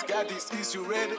got these keys, you ready?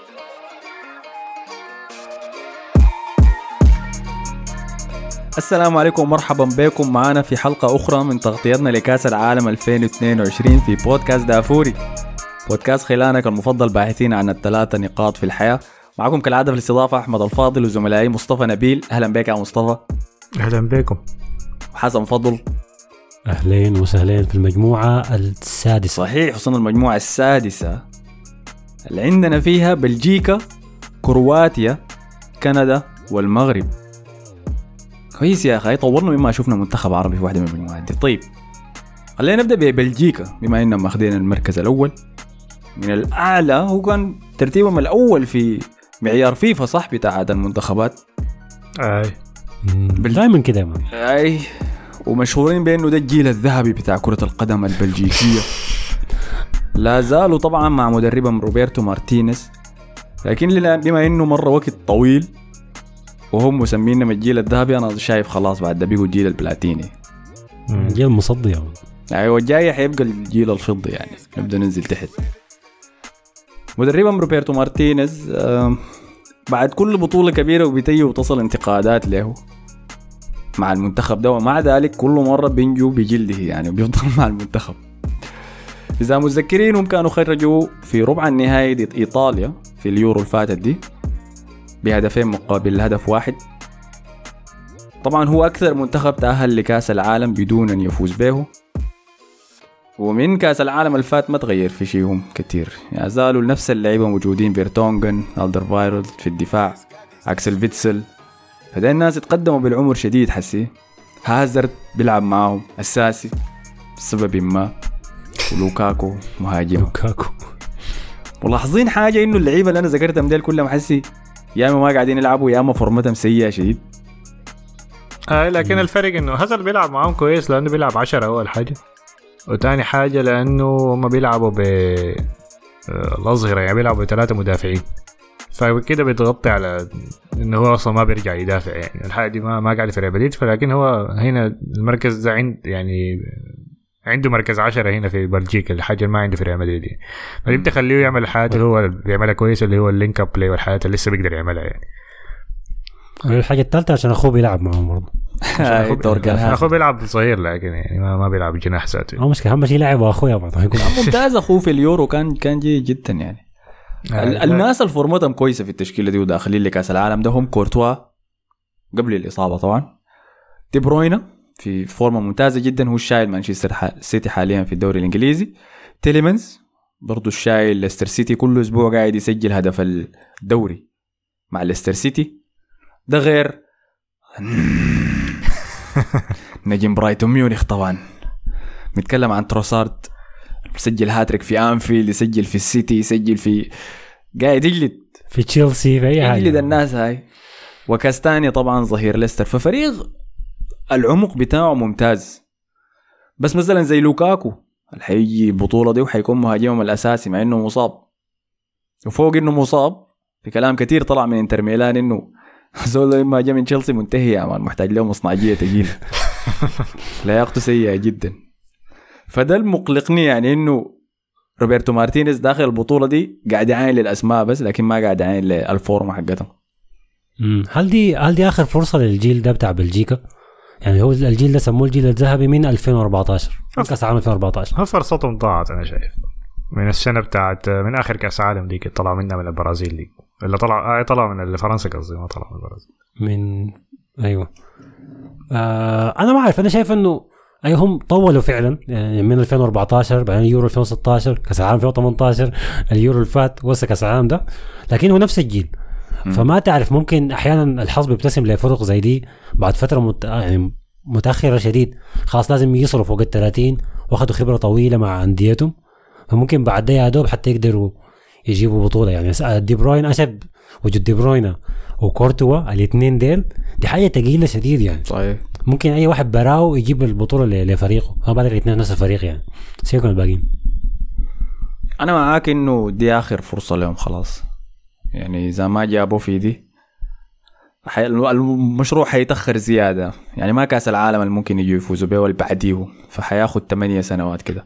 السلام عليكم ومرحبا بكم معنا في حلقة أخرى من تغطيتنا لكأس العالم 2022 في بودكاست دافوري، بودكاست خلانك المفضل باحثين عن الثلاثة نقاط في الحياة. معكم كالعادة في الاستضافة أحمد الفاضل وزملائي مصطفى نبيل. أهلا بك يا مصطفى. أهلا بكم. وحسن فضل. أهلين وسهلين في المجموعة السادسة. صحيح، وصلنا المجموعة السادسة اللي عندنا فيها بلجيكا، كرواتيا، كندا والمغرب. كويس يا أخي، طورنا مما شفنا منتخب عربي في واحدة من المجموعات دي. طيب خلينا نبدأ ببلجيكا بما إننا ماخذين المركز الأول من الأعلى. هو كان ترتيبهم الأول في معيار فيفا صح بتاع المنتخبات. دائما كده يا مان. أي ومشهورين بأنه ده الجيل الذهبي بتاع كرة القدم البلجيكية. لا زالوا طبعا مع مدربهم روبرتو مارتينيز، لكن بما إنه مرة وقت طويل وهم مسميننا من الجيل الذهبي، أنا شايف خلاص بعد ده بيقوا الجيل البلاتيني، الجيل المصدي يعني. أيوة الجاي حيبقى الجيل الفضي، يعني نبدأ ننزل تحت. مدربهم روبرتو مارتينيز بعد كل بطولة كبيرة وبتيجي وتصل انتقادات له مع المنتخب ده، ومع ذلك كل مرة بينجو بجلده يعني بيفضل مع المنتخب. إذا متذكرين هم كانوا خرجوا في ربع النهائي ضد إيطاليا في اليورو الفاتت دي بهدفين مقابل هدف واحد. طبعا هو أكثر منتخب تأهل لكأس العالم بدون أن يفوز به، ومن كأس العالم الفات ما تغير في شيءهم كتير، يعني زالوا نفس اللعيبة موجودين، بيرتونغن، ألدرفايرلد في الدفاع، أكسل فيتسل. هذين الناس اتقدموا بالعمر شديد، حسي هازارد بيلعب معهم أساسي بسبب ما، ولوكاكو مهاجم. لوكاكو ولاحظين حاجة إنه اللعيبة اللي أنا ذكرتهم ديل كلهم حسي يا ما قاعدين يلعبوا يا ما فورمتهم سيئة شديد. لكن الفرق انه هازارد بيلعب معاهم كويس لانه بيلعب 10 اول حاجه، وتاني حاجه لانه هم بيلعبوا الاظهره، يعني بيلعبوا ب3 مدافعين، فكده بيتغطي على انه هو اصلا ما بيرجع يدافع. يعني الحاجه دي ما قاعد في ريال مدريد، لكن هو هنا المركز ده يعني عنده مركز 10 هنا في بلجيكا، الحاجه اللي ما عنده في ريال مدريد. فدي بتخليه يعمل الحاجات اللي هو بيعملها كويس، اللي هو اللينك اب بلاي والحاجات اللي لسه بيقدر يعملها. يعني الحاجة الثالثة عشان أخوه بيلعب معهم برضه. أخوه بيلعب صغير، لكن يعني ما بيلعب جناح ذاته. هو مشكلة أهم شيء لاعب وأخويا برضه هيكون ممتاز. أخوه في اليورو كان جيد جدا يعني. الناس الفورمتهم كويسة في التشكيلة دي وداخلين لكأس العالم ده هم كورتوا قبل الإصابة طبعا، دي بروينا في فورمة ممتازة جدا، هو الشايل مانشستر سيتي حاليا في الدوري الإنجليزي. تيليمنز برضو الشايل ليستر سيتي، كل أسبوع قاعد يسجل هدف الدوري مع ليستر سيتي. ده غير نجم برايتون ميونخ طبعا، نتكلم عن تروسارد، يسجل هاتريك في أنفيلد، يسجل في السيتي، يسجل في قاعد يجلد في تشيلسي في أي حاجة، يجلد الناس هاي. وكاستانيا طبعا ظهير ليستر، ففريق العمق بتاعه ممتاز. بس مثلا زي لوكاكو الحيجي البطولة دي وحيكون مهاجمهم الأساسي مع إنه مصاب، وفوق إنه مصاب في كلام كتير طلع من انتر ميلان إنه زول لما جاء من تشيلسي منتهي يا مان، محتاج له مصنعجية تقيلة. لياقته سيئة جدا. فده المقلقني، يعني إنه روبرتو مارتينيز داخل البطولة دي قاعد يعاين للأسماء بس، لكن ما قاعد يعاين للفورمة حقتهم. هل دي آخر فرصة للجيل ده بتاع بلجيكا؟ يعني هو الجيل ده سموه الجيل الذهبي من 2014 من كأس العالم 2014. فرصتهم ضاعت أنا شايف من السنة بتاعت من آخر كأس العالم دي، طلع منها من البرازيل دي، اللي طلع من فرنسا قصدي، ما طلع من البرازيل. أيوة. أنا ما أعرف، أنا شايف إنه هم طولوا فعلا يعني من 2014 بعدين يورو 2016 كأس العالم 2018 اليورو الفات وصل كأس العالم ده، لكن هو نفس الجيل. فما تعرف، ممكن أحيانا الحظ بيبتسم لفرق زي دي بعد فترة يعني متأخرة شديد، خلاص لازم يصلوا فوق 30 واخدوا خبرة طويلة مع أنديتهم، فممكن بعد ده يا دوب حتى يقدروا يجيبوا بطولة. يعني دي بروين أشب وجود دي بروين وكورتوا الاثنين دي حاجة تقيلة شديد يعني. صحيح. ممكن أي واحد براو يجيب البطولة لفريقه، ما بعد الاثنين نفس الفريق يعني، سيكون الباقيين. أنا معاك إنه دي آخر فرصة لهم خلاص، يعني إذا ما جابوا في دي المشروع حيتأخر زيادة، يعني ما كاس العالم اللي ممكن يجوا يفوزوا به واللي بعديه، فحياخد 8 سنوات كده.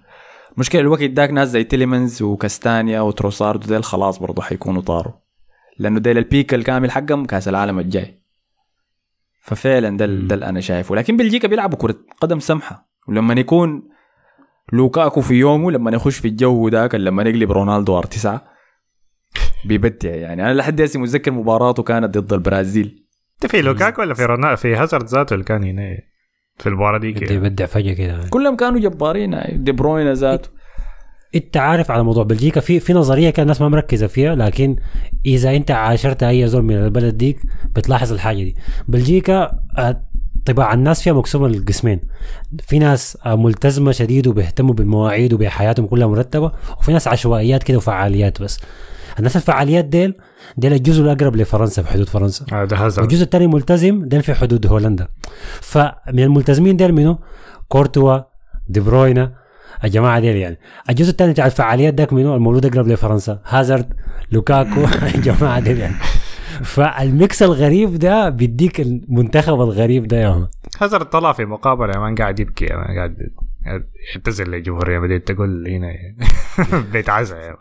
مشكلة الوقت داك ناس زي تيليمنز وكاستانيا وتروسارد وديل خلاص برضو حيكونوا طاروا، لأنه ديل البيك الكامل حقهم كاس العالم الجاي. ففعلا ده أنا شايفه. لكن بلجيكا بيلعبوا كرة قدم سمحة، ولما يكون لوكاكو في يومه لما يخش في الجو داك لما يقلب رونالدو R9 بيبدع. يعني أنا لحد هسه متذكر مباراته كانت ضد البرازيل. انت في لوكاكو ولا في رونالدو في هازارد ذاته اللي كان هنا في المباراة دي كده يبدع فجأة كده. كلهم كانوا جبارين. دي بروين ذاته. انت عارف على موضوع بلجيكا في نظريه كان الناس ما مركزه فيها، لكن اذا انت عاشرت اي زول من البلد ديك بتلاحظ الحاجه دي. بلجيكا طباع الناس فيها مقسومه للقسمين، في ناس ملتزمه شديد وبيهتموا بالمواعيد وبحياتهم كلها مرتبه، وفي ناس عشوائيات كده وفعاليات بس. الناس الفعاليات ديل الجزء الاقرب لفرنسا في حدود فرنسا، ده هازارد. والجزء الثاني ملتزم ديل في حدود هولندا. فمن الملتزمين ديل منه كورتوا، دي بروينا، الجماعه ديل. يعني الجزء الثاني بتاع الفعاليات داك منه المولود اقرب لفرنسا، هازارد، لوكاكو، الجماعه ديل يعني. فالميكس الغريب ده بيديك المنتخب الغريب ده يا هازارد طلع في مقابله ما قاعد يبكي، ما قاعد يعتذر لجمهور ريال مدريد، تقول هنا بيتعزى يعني.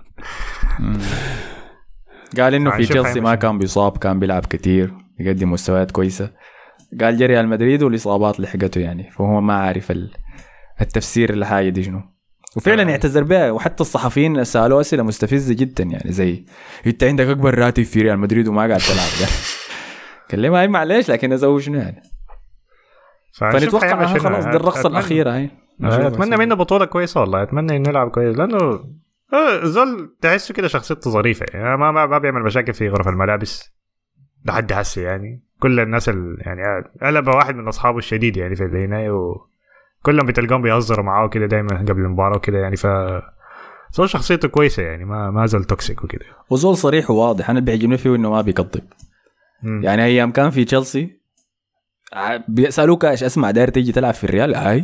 قال انه في تشيلسي ما كان بيصاب، كان بيلعب كتير، يقدم مستويات كويسه. قال جري ريال مدريد والاصابات لحقته يعني، فهو ما عارف التفسير لحاجه دي شنو. وفعلا اعتذر بها، وحتى الصحفيين سالوه اسئله مستفزه جدا يعني، زي انت عندك اكبر راتب في ريال مدريد وما قاعد تلعب. قال لي ما هي معلش، لكن اسوي شنو يعني. فنتوقع خلاص دي الرقصه الاخيره هي. اتمنى منه بطوله كويسه والله، اتمنى انه يلعب كويس، لانه زول تحسه كده شخصيته ظريفه يعني، ما بيعمل مشاكل في غرف الملابس لحد هسه يعني. كل الناس يعني قلب واحد من اصحابه الشديد يعني في العنايه، وكلهم بتلقاهم بيهزروا معاه كده دايما قبل المباراه وكده يعني. ف زول شخصيته كويسه يعني، ما زال توكسيك وكده، وزول صريح وواضح. انا بيعجبني فيه انه ما بيكذب يعني. ايام كان في تشيلسي بيسالوك ايش اسمع داير تيجي تلعب في الريال؟ هاي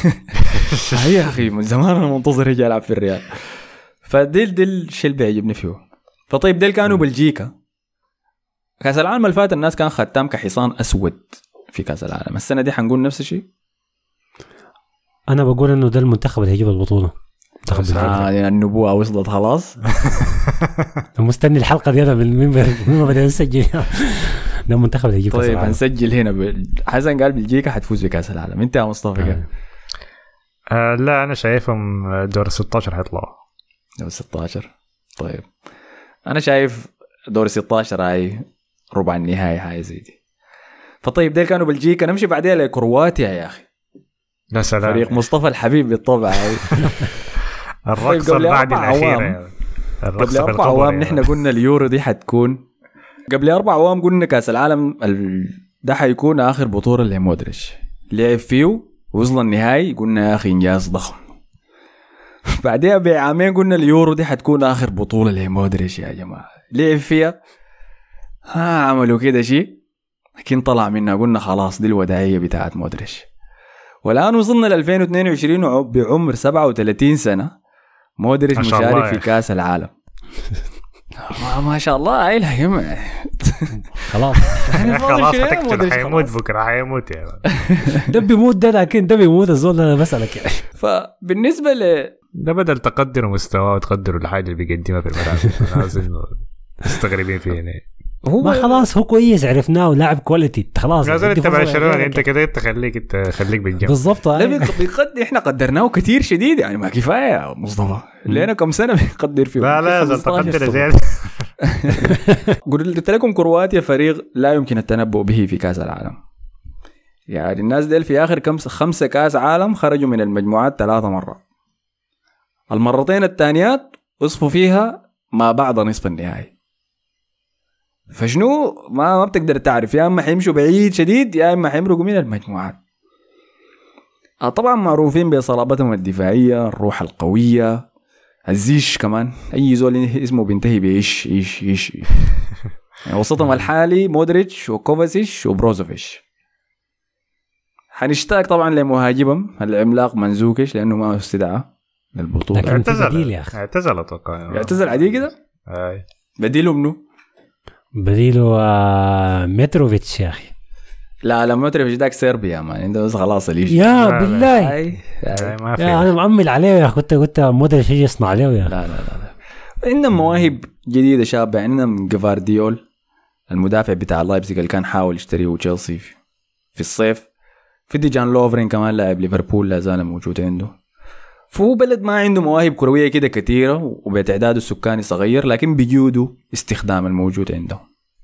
يا اخي من زمان انا منتظر يجي العب في الريال. فديل الشيء اللي بيعجبني فيه. فطيب ديل كانوا بلجيكا كاس العالم اللي فات، الناس كان ختام كحصان اسود في كاس العالم. السنه دي حنقول نفس الشيء. انا بقول انه ده المنتخب اللي هيجيب البطوله. يعني النبوة وصلت خلاص. مستني الحلقه دي انا من ما بدنا نسجل. ده المنتخب اللي هيجيب كاس العالم. طيب هنسجل هنا. حسن قال بلجيكا حتفوز بكاس العالم. انت يا مصطفى لا انا شايفهم دور 16 حيطلعوا. دور 16 طيب. انا شايف دور 16 هاي ربع النهائي هاي زي دي. فطيب ديل كانوا بلجيكا، نمشي بعدها لكرواتيا يا اخي. يا سلام، فريق مصطفى الحبيب بالطبع هاي. الرقصه بعد الاخيره. قبل 4 أعوام نحن قلنا اليورو دي حتكون، قبل 4 أعوام قلنا كاس العالم ده حيكون اخر بطوله لمودريتش، لعب فيه ووصل النهائي، قلنا يا اخي انجاز ضخم. بعدها بعامين قلنا اليورو دي حتكون اخر بطوله لمودريتش يا جماعه، لعب فيها عملوا كده شيء، لكن طلع منها قلنا خلاص دي الوداعيه بتاعت مودريتش. والان وصلنا ل 2022 بعمر 37 سنه، مودريتش مشارك في كاس العالم. ما شاء الله عيل هيم. خلاص خلاص حيموت بكره، حيموت يا ده بيموت ده، لكن ده بيموت الزول انا بسألك يعني. فبالنسبه ده بدل تقدروا مستواه وتقدروا الحاجه اللي بيقدمها في الملعب، لازم تستغربين فيه هنا. ما خلاص هو كويس عرفناه ولاعب كواليتي خلاص. لازم انت برشلونه انت كده خليك بالجنب بالضبط. احنا قدرناه كتير شديد يعني، ما كفايه يا مصطفى لينا كم سنه بنقدر فيه. لا لازم تقدر زياده. قلت لكم كرواتيا فريق لا يمكن التنبؤ به في كاس العالم. يعني الناس ديل في اخر 5 كاس عالم خرجوا من المجموعات 3 مرات، المرتين الثانيات وصفوا فيها ما بعد نصف النهائي. فشنو ما بتقدر تعرف، يا اما حيمشوا بعيد شديد يا اما حيمرقوا من المجموعات. طبعا معروفين بصلابتهم الدفاعيه، الروح القويه، الزيش كمان، اي زول اسمه بينتهي بايش ايش ايش. يعني وسطهم الحالي مودريتش وكوفاسيش وبروزوفيش. حنشتاق طبعا لمهاجمهم العملاق منزوكيش لانه ما استدعى للبطوله. اعتزل اتوقع. اعتزل عادي كده. بديله منو؟ بديله متروفيتش يا اخي. لا مودريتش داك سيربيا ما عنده بس خلاص يجي. يا لا، بالله ما في. يا انا مأمل عليه يا اخي. كنت مودريتش يجي يصنع له يا لا عندنا مواهب جديده شابه. عندنا جفارديول المدافع بتاع لايبزيغ اللي كان حاول يشتريه تشيلسي في الصيف. في ديجان لوفرين كمان لاعب ليفربول لا زال موجود عنده. فهو بلد ما عنده مواهب كرويه كده كثيره وبتعداده السكاني صغير، لكن بيجودوا استخدام الموجود عندهم.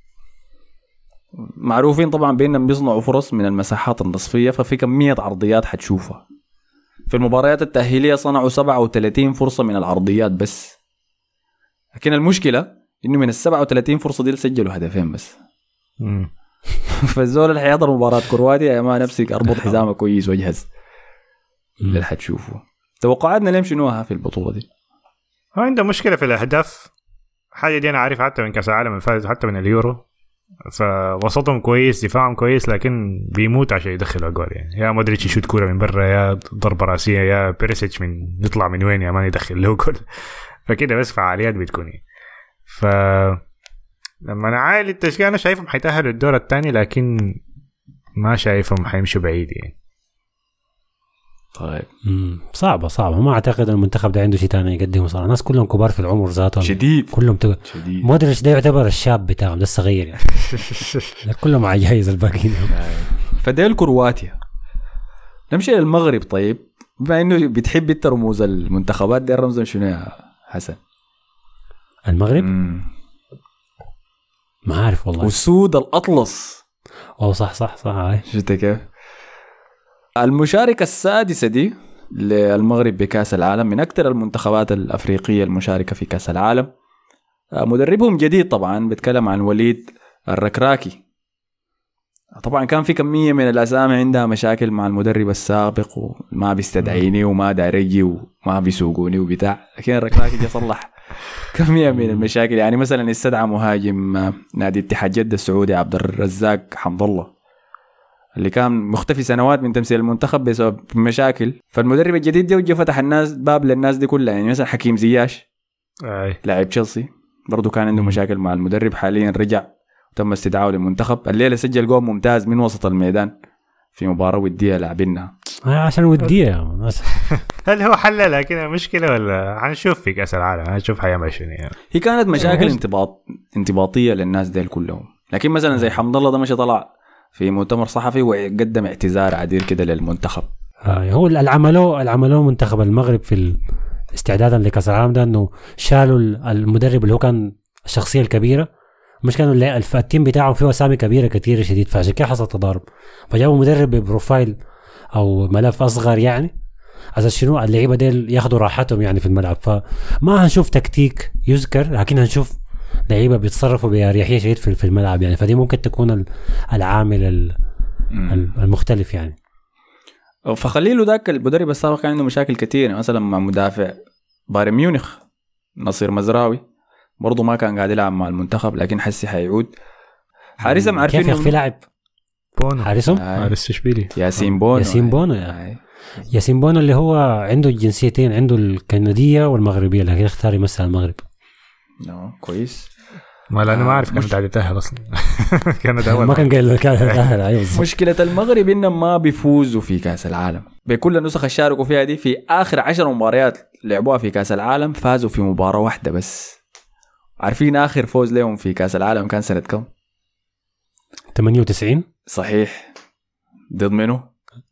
معروفين طبعا بأنهم بيصنعوا فرص من المساحات النصفيه، ففي كميه عرضيات حتشوفها. في المباريات التأهيليه صنعوا 37 فرصه من العرضيات بس، لكن المشكله انه من ال 37 فرصه دي سجلوا هدفين بس. فالزول اللي حيحضر مباراه كرواتيا يا ما نفسك اربط حزامه كويس واجهز اللي حتشوفه. توقعاتنا لهم شنوها في البطوله دي؟ هو عنده مشكله في الاهداف. حاجه دي انا عارف حتى من كاس العالم الفائز حتى من اليورو. فوسطهم كويس دفاعهم كويس لكن بيموت عشان يدخلوا اجوال. يعني يا مودريتش يشوت كوره من برا، يا ضربه راسيه، يا بيريسيتش من يطلع من وين يا ما يدخل له جول. فكده بس فعاليات بتكون. ف لما انا عايل التشجيع انا شايفهم حيتاهلوا الدور الثاني، لكن ما شايفهم حيمشوا بعيد يعني. طيب صعبة ما أعتقد المنتخب ده عنده شيء تاني يقدمه صراحة. الناس كلهم كبار في العمر ذاتهم شديد كلهم شديد. مودريتش ده يعتبر الشاب بتاعهم ده الصغير يعني. كلهم عجايز الباقيين. فديل كرواتيا. نمشي للمغرب. طيب بما انه بتحب انت رموز المنتخبات دي، رمزهم شنو يا حسن؟ المغرب ما عارف والله. والسود الأطلس. صح هاي. شفت كيف؟ المشاركة السادسة دي للمغرب بكأس العالم، من أكثر المنتخبات الأفريقية المشاركة في كأس العالم. مدربهم جديد طبعا، بتكلم عن وليد الركراكي. طبعا كان في كمية من الأسامي عندها مشاكل مع المدرب السابق وما بيستدعيني وما دارجي وما بيسوقوني وبتاع، لكن الركراكي جا صلح كمية من المشاكل. يعني مثلا استدعى مهاجم نادي اتحاد جدة السعودي عبد الرزاق حمد الله اللي كان مختفي سنوات من تمثيل المنتخب بسبب مشاكل. فالمدرب الجديد ده وجه فتح الناس باب للناس دي كلها. يعني مثلا حكيم زياش لاعب تشيلسي برضو كان عنده مشاكل مع المدرب، حاليا رجع وتم استدعائه للمنتخب. الليلة سجل جول ممتاز من وسط الميدان في مباراة ودية لاعبينها عشان ودية يا ناس. هل هو حل لكن المشكلة ولا هنشوف في كأس العالم هنشوف حيعمل شنو يعني. هي كانت مشاكل انضباطية للناس ديل كلهم. لكن مثلا زي حمد الله ده مش طلع في مؤتمر صحفي وقدم اعتذار عديل كده للمنتخب. هو العملوا منتخب المغرب في استعدادا لكأس العالم ده انه شالوا المدرب اللي هو كان الشخصية الكبيرة. مش كانوا التيم بتاعهم فيه اسامي كبيرة كتير شديد، فعشان كده حصل تضارب. فجابوا مدرب ببروفايل او ملف اصغر يعني عشان شنو اللعيبة ديل ياخدوا راحتهم يعني في الملعب. فما هنشوف تكتيك يذكر، لكن هنشوف لعيبة بيتصرفوا بأريحية شديد في الملعب يعني. فدي ممكن تكون العامل المختلف يعني. فخليله ذاك المدرب السابق كان عنده مشاكل كتير، مثلا مع مدافع بايرن ميونخ نصير مزراوي برضو ما كان قاعد يلعب مع المنتخب، لكن حسي حيعود. حارسهم عارفين كيف يخفي لاعب بونو حارس اشبيلي ياسين بونو اللي هو عنده الجنسيتين، عنده الكندية والمغربية، لكن اختار يمثل المغرب. كويس. ما لا انا ما اعرف كان قاعد يتاهل اصلا. كان اول ما كان قايل كان يتاهل. ايوه مشكله المغرب انهم ما بيفوزوا في كاس العالم بكل النسخ اللي شاركوا فيها دي. في اخر 10 مباريات لعبوها في كاس العالم فازوا في مباراه واحده بس. عارفين اخر فوز لهم في كاس العالم كان سنه كم؟ 98 صحيح. ضد منو؟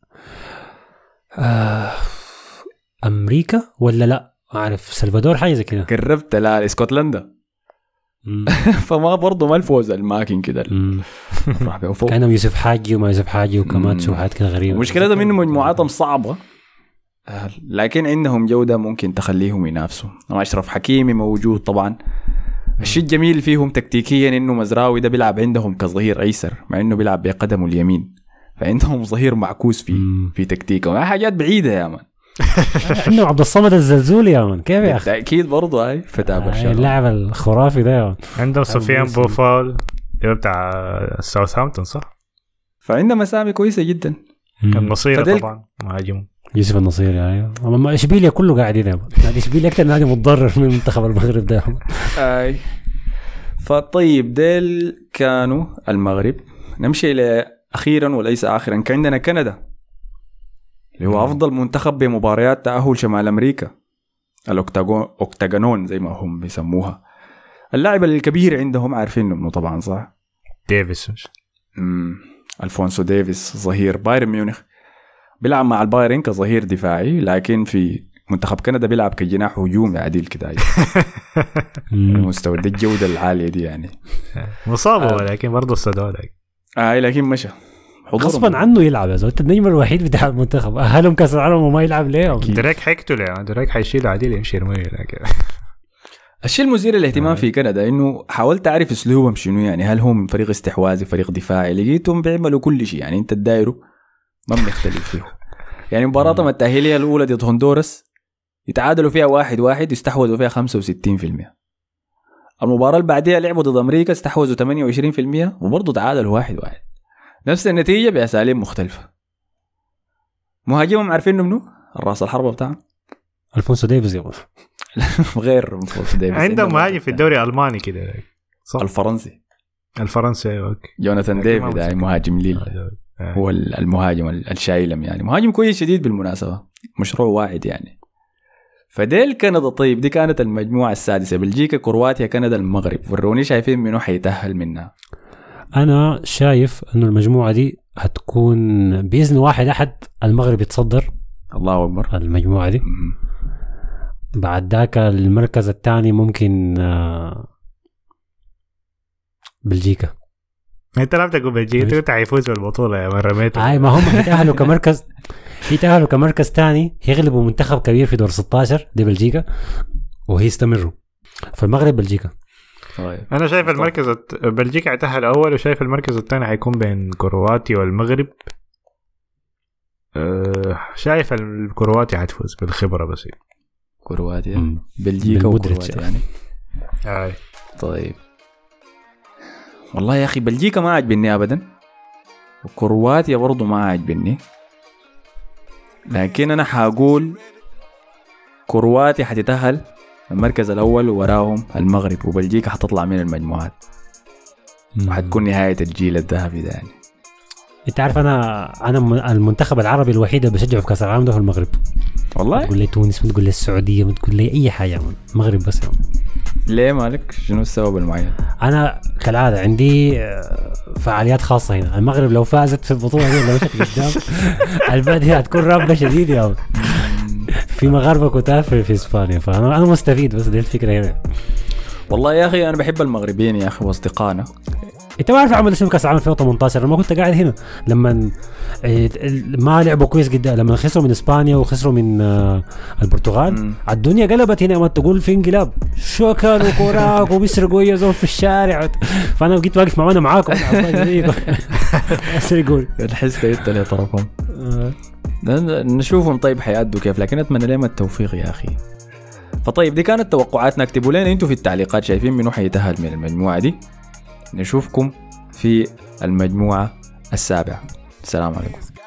امريكا ولا لا اعرف سلفادور حاجه زي كده. قربت. لا اسكتلندا. فما برضو ما الفوز الماكين كده. كانوا يوسف حاجي وما يوسف حاجي وكمان شو حاجات كده غريبه. مشكلة منه مجموعاتهم صعبة، لكن عندهم جودة ممكن تخليهم ينافسوا. أشرف حكيمي موجود طبعا. الشيء الجميل فيهم تكتيكيا انه مزراوي ده بيلعب عندهم كظهير ايسر مع انه بيلعب بقدمه اليمين، فعندهم ظهير معكوس في تكتيكهم. حاجات بعيدة يا مان. عندهم عبد الصمد الزلزولي يا مان. كيف يا اخي؟ اكيد برضه هاي فتى برشلونة اللاعب الخرافي ده يا مان. عندهم سفيان بوفال بتاع ساوثهامبتون صح. فعندهم مسامي كويسة جدا. النصير طبعا مهاجم يوسف النصير يعني. اما اشبيليا كله قاعد هنا. اشبيليا اكثر نادي متضرر من منتخب المغرب ده. فطيب ديل كانوا المغرب. نمشي أخيرا وليس آخرا كان عندنا كندا اللي هو أفضل منتخب بمباريات تأهل شمال أمريكا، الأوكتاغونون زي ما هم بيسموها. اللاعب الكبير عندهم عارفين منه طبعا صح؟ ديفيس. ألفونسو ديفيس ظهير بايرن ميونخ، بيلعب مع البايرن كظهير دفاعي، لكن في منتخب كندا بيلعب كجناح هجومي عديل كده. مستوى الجودة العالية دي يعني. مصاب ولكن برضه الصدوات. لكن مشى غصبا عنه يلعب يا زلمه. النجم الوحيد بتاع المنتخب أهلهم كأس العالم وما يلعب ليه؟ دراك حكته له دراك حيشيله عديل يمشي يرميه لكن. الشيء المثير للاهتمام في كندا انه حاولت اعرف اسلوبهم شنو، يعني هل هم فريق استحواذي فريق دفاعي؟ لقيتهم بيعملوا كل شيء، يعني انت الدايرو ما بنختلف فيه. يعني مباراتهم التأهيلية الأولى ضد هندوراس يتعادلوا فيها 1-1 يستحوذوا فيها 65%. المباراة اللي بعدها لعبوا ضد أمريكا استحوذوا 28% وبرضه تعادلوا 1-1. نفس النتيجة بأساليب مختلفة. مهاجمهم عارفين منه الراس الحربة بتاعهم ألفونسو ديفيز يا غير ألفونسو ديفيز. عندهم مهاجم في الدوري الألماني كده الفرنسي أوكي. جوناثان ديفيد يعني مهاجم ليل هو المهاجم الشايلم، يعني مهاجم كويس شديد بالمناسبة، مشروع واحد يعني. فديل كندا. طيب دي كانت المجموعة السادسة، بلجيكا كرواتيا كندا المغرب. وروني شايفين منو حيتأهل منها؟ أنا شايف إنه المجموعة دي هتكون بإذن واحد أحد المغرب يتصدر. الله أكبر. المجموعة دي بعد ذاك المركز الثاني ممكن بلجيكا. انت لم تقول بلجيكا انت حيفوز بالبطولة يا من رميته. ما هم يتأهلوا كمركز ثاني، يغلبوا منتخب كبير في دور 16 دي بلجيكا وهيستمروا. فالمغرب بلجيكا. انا شايف المركز بلجيكا يتأهل اول، وشايف المركز الثاني حيكون بين كرواتيا والمغرب. شايف الكرواتيا حتفوز بالخبرة بس. كرواتيا بلجيكا وكرواتيا يعني. طيب والله يا أخي بلجيكا ما عجبني أبدا، وكرواتيا برضو ما عجبني، لكن أنا حاقول كرواتيا حتتأهل المركز الأول ووراهم المغرب، وبلجيكا حتطلع من المجموعات وحتكون نهاية الجيل الذهبي ده يعني. انت عارف انا المنتخب العربي الوحيد اللي بشجعه في كاس العالم ده هو المغرب. والله تقول لي تونس، ما تقول لي السعوديه، ما تقول لي اي حاجه، المغرب بس يعني. ليه مالك؟ شنو السبب المعين؟ انا كالعاده عندي فعاليات خاصه هنا. المغرب لو فازت في البطوله دي لو مشت قدام البلد هتكون رابه شديد يا في مغاربه كتار في اسبانيا، فانا مستفيد بس دي الفكره هنا. والله يا اخي انا بحب المغربيين يا اخي واصدقائنا. انت ما عارف عمل شنو كاس العالم 2018 لما كنت قاعد هنا، لما ما لعبوا كويس جدا، لما خسروا من اسبانيا وخسروا من البرتغال. الدنيا قلبت هنا، ما تقول في انقلاب، شوكر وكوراك وبيسرقوا يزول في الشارع. فانا بقيت واقف معانا معاكم اسرقوا الحس انت اللي طرفهم. نشوفهم طيب حيأدوا كيف، لكن اتمنى لهم التوفيق يا اخي. فطيب دي كانت توقعاتنا، اكتبوا لنا انتوا في التعليقات شايفين منو حيتأهل من المجموعة دي. نشوفكم في المجموعة السابعة. السلام عليكم.